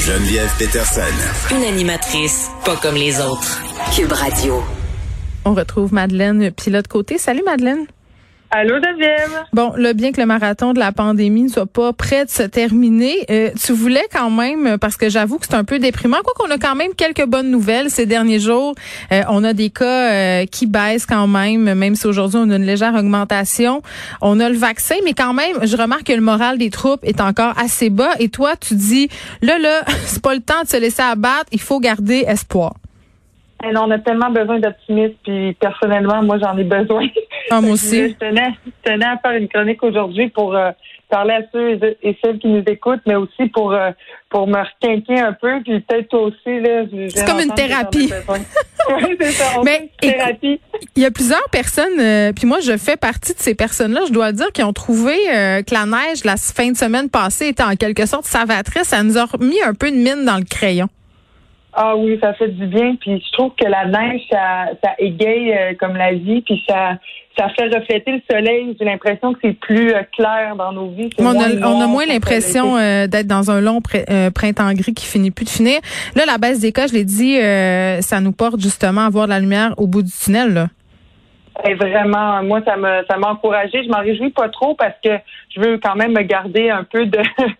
Geneviève Peterson. Une animatrice pas comme les autres. Cube Radio. On retrouve Madeleine Pilote-Côté. Salut Madeleine. Allô, Geneviève. Bon, là, bien que le marathon de la pandémie ne soit pas prêt de se terminer, tu voulais quand même, parce que j'avoue que c'est un peu déprimant, quoi qu'on a quand même quelques bonnes nouvelles ces derniers jours. On a des cas qui baissent quand même si aujourd'hui on a une légère augmentation. On a le vaccin, mais quand même, je remarque que le moral des troupes est encore assez bas. Et toi, tu dis, là, c'est pas le temps de se laisser abattre, il faut garder espoir. Et non, on a tellement besoin d'optimisme, puis personnellement, moi, j'en ai besoin. Ah, moi aussi. Je tenais à faire une chronique aujourd'hui pour parler à ceux et celles qui nous écoutent, mais aussi pour me requinquer un peu, puis peut-être toi aussi. Là, c'est comme une thérapie. Oui, c'est ça. Mais thérapie. Il y a plusieurs personnes, puis moi, je fais partie de ces personnes-là, je dois dire, qui ont trouvé que la neige, la fin de semaine passée, était en quelque sorte salvatrice. Ça nous a remis un peu de mine dans le crayon. Ah oui, ça fait du bien. Puis je trouve que la neige, ça égaye comme la vie. Puis ça fait refléter le soleil. J'ai l'impression que c'est plus clair dans nos vies. On a moins l'impression d'être dans un long printemps gris qui finit plus de finir. Là, la baisse des cas, je l'ai dit, ça nous porte justement à voir de la lumière au bout du tunnel, là. Et vraiment, moi, ça m'a encouragée. Je m'en réjouis pas trop parce que je veux quand même me garder un peu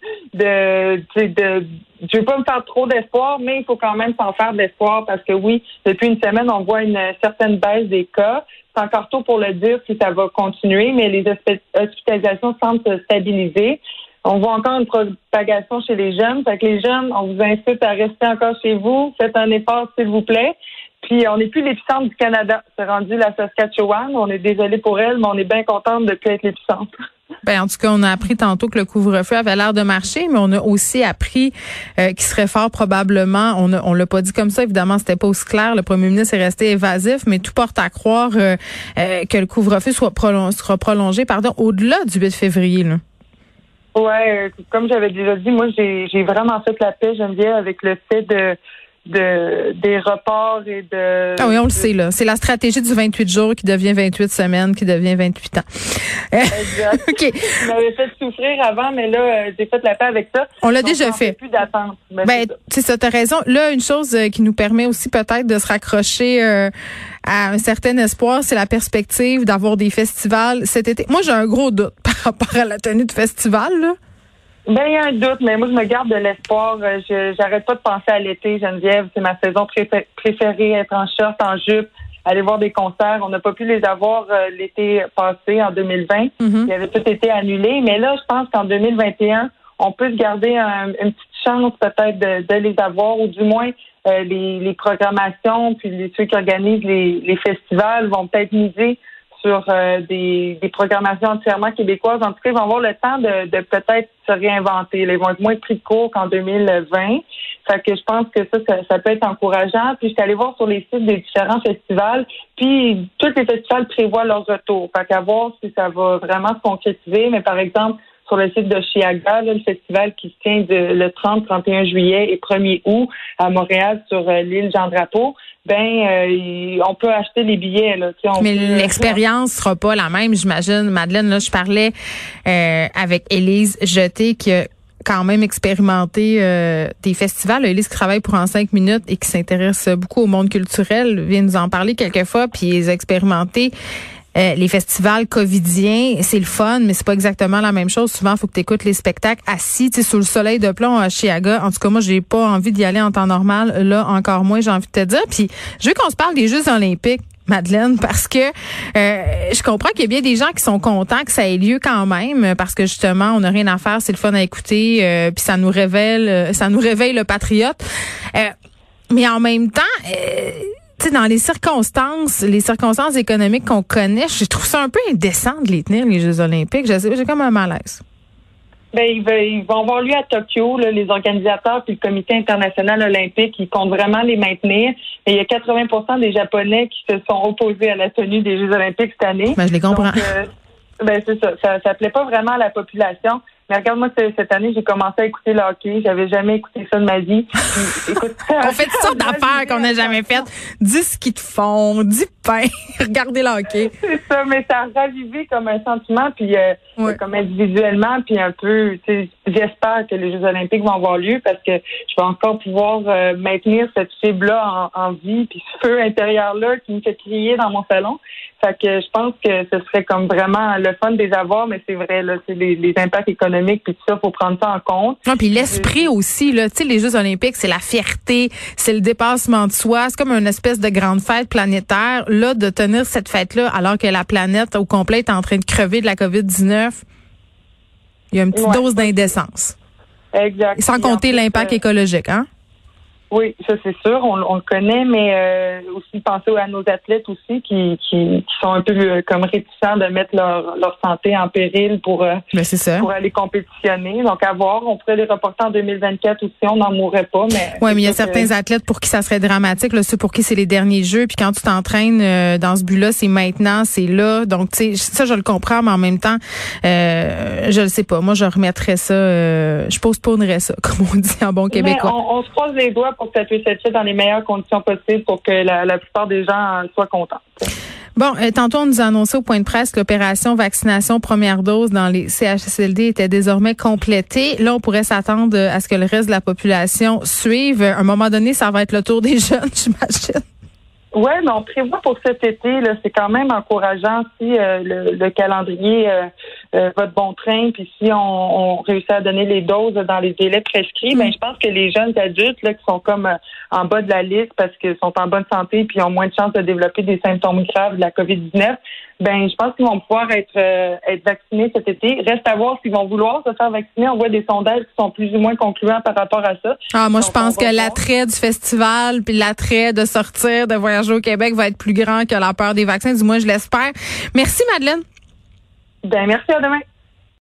je veux pas me faire trop d'espoir, mais il faut quand même s'en faire d'espoir parce que oui, depuis une semaine, on voit une certaine baisse des cas. C'est encore tôt pour le dire si ça va continuer, mais les hospitalisations semblent se stabiliser. On voit encore une propagation chez les jeunes. Fait que les jeunes, on vous incite à rester encore chez vous. Faites un effort, s'il vous plaît. Puis, on n'est plus l'épicentre du Canada. C'est rendu la Saskatchewan. On est désolé pour elle, mais on est bien contente de plus être l'épicentre. Ben, en tout cas, on a appris tantôt que le couvre-feu avait l'air de marcher, mais on a aussi appris qu'il serait fort probablement, on l'a pas dit comme ça, évidemment, c'était pas aussi clair. Le premier ministre est resté évasif, mais tout porte à croire que le couvre-feu sera prolongé au-delà du 8 février, là. Ouais, comme j'avais déjà dit, moi, j'ai vraiment fait la paix, Geneviève, avec le fait des reports et de... Ah oui, on le sait, là. C'est la stratégie du 28 jours qui devient 28 semaines, qui devient 28 ans. Exact. OK. Je m'avais fait souffrir avant, mais là, j'ai fait la paix avec ça. On l'a déjà fait. Plus d'attente. C'est ça, t'as raison. Là, une chose qui nous permet aussi peut-être de se raccrocher à un certain espoir, c'est la perspective d'avoir des festivals cet été. Moi, j'ai un gros doute par rapport à la tenue de festival, là. Ben, il y a un doute, mais moi, je me garde de l'espoir. J'arrête pas de penser à l'été, Geneviève. C'est ma saison préférée, être en short, en jupe, aller voir des concerts. On n'a pas pu les avoir l'été passé, en 2020. Mm-hmm. Il avait tout été annulé. Mais là, je pense qu'en 2021, on peut se garder une petite chance peut-être de les avoir, ou du moins les programmations, puis ceux qui organisent les festivals vont peut-être miser sur des programmations entièrement québécoises. En tout cas, ils vont avoir le temps de peut-être se réinventer. Ils vont être moins pris de court qu'en 2020. Fait que je pense que ça peut être encourageant. Puis je suis allée voir sur les sites des différents festivals, puis tous les festivals prévoient leur retour. Fait qu'à voir si ça va vraiment se concrétiser. Mais par exemple, sur le site de Chiaga, là, le festival qui se tient le 30, 31 juillet et 1er août à Montréal sur l'île Jean-Drapeau, on peut acheter les billets. Là, mais l'expérience sera pas la même, j'imagine. Madeleine, là, je parlais avec Élise Jeté qui a quand même expérimenté des festivals. Élise qui travaille pour En 5 minutes et qui s'intéresse beaucoup au monde culturel vient nous en parler quelquefois, puis ils ont expérimenté les festivals covidiens, c'est le fun, mais c'est pas exactement la même chose. Souvent, il faut que tu écoutes les spectacles assis, tu sais, sous le soleil de plomb à Chiaga. En tout cas, moi, j'ai pas envie d'y aller en temps normal. Là, encore moins, j'ai envie de te dire. Puis, je veux qu'on se parle des Jeux olympiques, Madeleine, parce que je comprends qu'il y a bien des gens qui sont contents que ça ait lieu quand même, parce que justement, on n'a rien à faire, c'est le fun à écouter, puis ça nous réveille le patriote. Mais en même temps, tu sais, dans les circonstances économiques qu'on connaît, je trouve ça un peu indécent de les tenir, les Jeux olympiques. J'ai comme un malaise. Ben, ils vont avoir lieu à Tokyo, là, les organisateurs puis le Comité international olympique, ils comptent vraiment les maintenir. Et il y a 80% des Japonais qui se sont opposés à la tenue des Jeux olympiques cette année. Ben, je les comprends. Donc, c'est ça. Ça plaît pas vraiment à la population. Mais regarde-moi, cette année, j'ai commencé à écouter le hockey. J'avais jamais écouté ça de ma vie. Écoute, on fait toutes sortes d'affaires qu'on n'a jamais faites. Du ski de fond, du ben, regardez le hockey. C'est ça, mais ça a ravivé comme un sentiment, puis comme individuellement, puis un peu, tu sais, j'espère que les Jeux olympiques vont avoir lieu parce que je vais encore pouvoir maintenir cette fibre-là en vie, puis ce feu intérieur-là qui me fait crier dans mon salon. Fait que je pense que ce serait comme vraiment le fun de les avoir, mais c'est vrai, là, c'est les impacts économiques, puis tout ça, faut prendre ça en compte. Non, puis l'esprit aussi, là, tu sais, les Jeux olympiques, c'est la fierté, c'est le dépassement de soi, c'est comme une espèce de grande fête planétaire. Là, de tenir cette fête-là alors que la planète au complet est en train de crever de la COVID-19, il y a une petite dose d'indécence. Exact. Et sans compter l'impact écologique, hein? Oui, ça c'est sûr, on le connaît, mais aussi penser à nos athlètes aussi qui sont un peu comme réticents de mettre leur santé en péril pour aller compétitionner. Donc à voir, on pourrait les reporter en 2024 aussi, on n'en mourrait pas. Mais il y a certains athlètes pour qui ça serait dramatique, là, ceux pour qui c'est les derniers Jeux, puis quand tu t'entraînes dans ce but-là, c'est maintenant, c'est là. Donc tu sais, ça je le comprends, mais en même temps, je le sais pas. Moi je remettrais ça, je postponerais ça, comme on dit en bon québécois. On se croise les doigts pour que ça puisse être fait dans les meilleures conditions possibles pour que la plupart des gens soient contents. Bon, tantôt, on nous a annoncé au point de presse que l'opération vaccination première dose dans les CHSLD était désormais complétée. Là, on pourrait s'attendre à ce que le reste de la population suive. À un moment donné, ça va être le tour des jeunes, j'imagine. Oui, mais on prévoit pour cet été, là, c'est quand même encourageant si le calendrier va de bon train, puis si on réussit à donner les doses dans les délais prescrits, ben je pense que les jeunes adultes là qui sont comme en bas de la liste parce qu'ils sont en bonne santé puis ont moins de chances de développer des symptômes graves de la COVID-19, ben je pense qu'ils vont pouvoir être vaccinés cet été. Reste à voir s'ils vont vouloir se faire vacciner. On voit des sondages qui sont plus ou moins concluants par rapport à ça. Moi je pense que l'attrait du festival puis l'attrait de sortir, de voyager au Québec va être plus grand que la peur des vaccins. Du moins je l'espère. Merci Madeleine. Ben merci, à demain.